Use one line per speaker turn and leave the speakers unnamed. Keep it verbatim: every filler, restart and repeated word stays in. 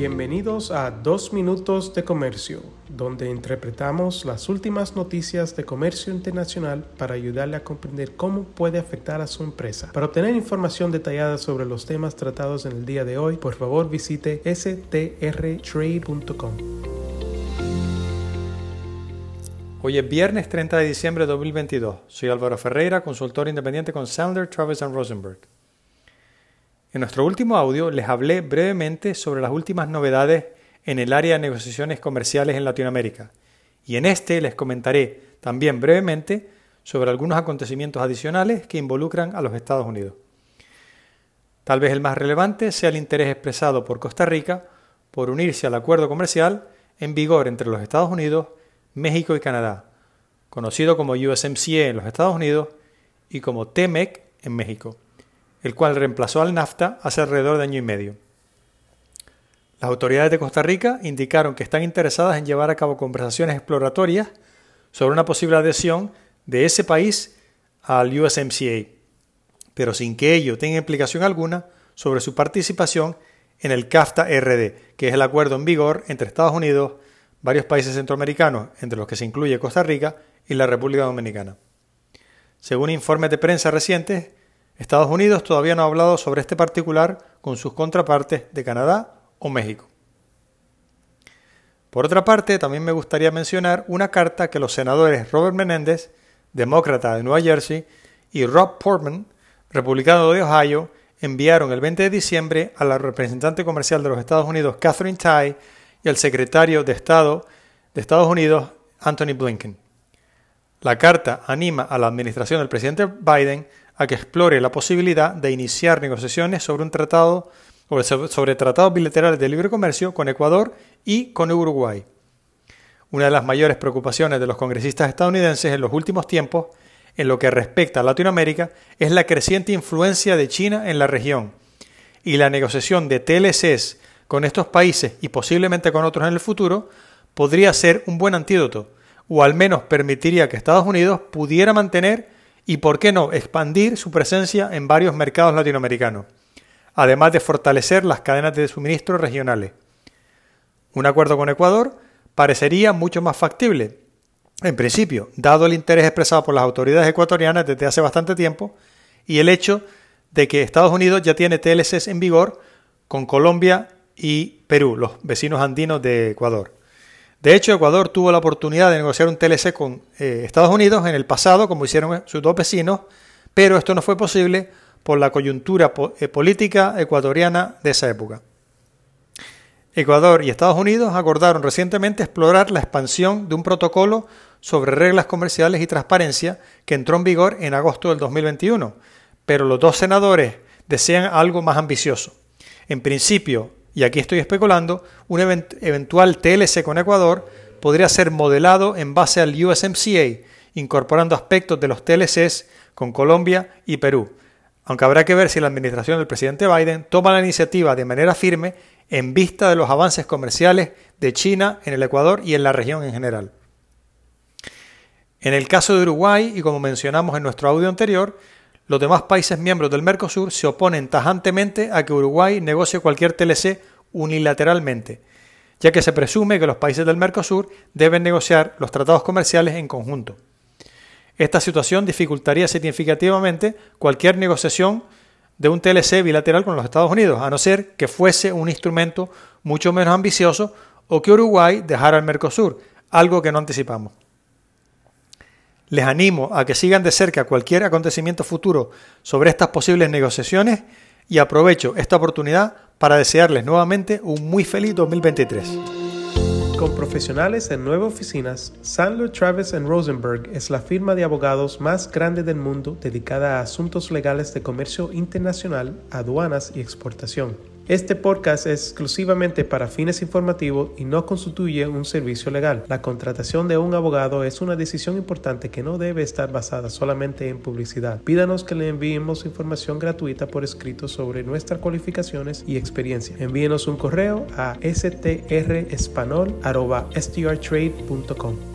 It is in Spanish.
Bienvenidos a Dos Minutos de Comercio, donde interpretamos las últimas noticias de comercio internacional para ayudarle a comprender cómo puede afectar a su empresa. Para obtener información detallada sobre los temas tratados en el día de hoy, por favor visite s t r trade punto com.
Hoy es viernes treinta de diciembre de dos mil veintidós. Soy Álvaro Ferreira, consultor independiente con Sandler, Travis and Rosenberg. En nuestro último audio les hablé brevemente sobre las últimas novedades en el área de negociaciones comerciales en Latinoamérica, y en este les comentaré también brevemente sobre algunos acontecimientos adicionales que involucran a los Estados Unidos. Tal vez el más relevante sea el interés expresado por Costa Rica por unirse al acuerdo comercial en vigor entre los Estados Unidos, México y Canadá, conocido como U S M C A en los Estados Unidos y como T M E C en México, el cual reemplazó al NAFTA hace alrededor de año y medio. Las autoridades de Costa Rica indicaron que están interesadas en llevar a cabo conversaciones exploratorias sobre una posible adhesión de ese país al U S M C A, pero sin que ello tenga implicación alguna sobre su participación en el CAFTA R D, que es el acuerdo en vigor entre Estados Unidos, varios países centroamericanos, entre los que se incluye Costa Rica, y la República Dominicana. Según informes de prensa recientes, Estados Unidos todavía no ha hablado sobre este particular con sus contrapartes de Canadá o México. Por otra parte, también me gustaría mencionar una carta que los senadores Robert Menéndez, demócrata de Nueva Jersey, y Rob Portman, republicano de Ohio, enviaron el veinte de diciembre a la representante comercial de los Estados Unidos, Katherine Tai, y al secretario de Estado de Estados Unidos, Antony Blinken. La carta anima a la administración del presidente Biden a que explore la posibilidad de iniciar negociaciones sobre un tratado sobre, sobre tratados bilaterales de libre comercio con Ecuador y con Uruguay. Una de las mayores preocupaciones de los congresistas estadounidenses en los últimos tiempos, en lo que respecta a Latinoamérica, es la creciente influencia de China en la región, y la negociación de T L Cs con estos países y posiblemente con otros en el futuro podría ser un buen antídoto, o al menos permitiría que Estados Unidos pudiera mantener y, por qué no, expandir su presencia en varios mercados latinoamericanos, además de fortalecer las cadenas de suministro regionales. Un acuerdo con Ecuador parecería mucho más factible, en principio, dado el interés expresado por las autoridades ecuatorianas desde hace bastante tiempo y el hecho de que Estados Unidos ya tiene T L Cs en vigor con Colombia y Perú, los vecinos andinos de Ecuador. De hecho, Ecuador tuvo la oportunidad de negociar un T L C con eh, Estados Unidos en el pasado, como hicieron sus dos vecinos, pero esto no fue posible por la coyuntura po- eh, política ecuatoriana de esa época. Ecuador y Estados Unidos acordaron recientemente explorar la expansión de un protocolo sobre reglas comerciales y transparencia que entró en vigor en agosto del dos mil veintiuno, pero los dos senadores desean algo más ambicioso. En principio, y aquí estoy especulando, un event- eventual T L C con Ecuador podría ser modelado en base al U S M C A, incorporando aspectos de los T L Cs con Colombia y Perú, aunque habrá que ver si la administración del presidente Biden toma la iniciativa de manera firme en vista de los avances comerciales de China en el Ecuador y en la región en general. En el caso de Uruguay, y como mencionamos en nuestro audio anterior, los demás países miembros del Mercosur se oponen tajantemente a que Uruguay negocie cualquier T L C unilateralmente, ya que se presume que los países del Mercosur deben negociar los tratados comerciales en conjunto. Esta situación dificultaría significativamente cualquier negociación de un T L C bilateral con los Estados Unidos, a no ser que fuese un instrumento mucho menos ambicioso o que Uruguay dejara el Mercosur, algo que no anticipamos. Les animo a que sigan de cerca cualquier acontecimiento futuro sobre estas posibles negociaciones y aprovecho esta oportunidad para desearles nuevamente un muy feliz dos mil veintitrés.
Con profesionales en nueve oficinas, Sandler, Travis and Rosenberg es la firma de abogados más grande del mundo dedicada a asuntos legales de comercio internacional, aduanas y exportación. Este podcast es exclusivamente para fines informativos y no constituye un servicio legal. La contratación de un abogado es una decisión importante que no debe estar basada solamente en publicidad. Pídanos que le enviemos información gratuita por escrito sobre nuestras cualificaciones y experiencia. Envíenos un correo a s t r espanol arroba s t r trade punto com.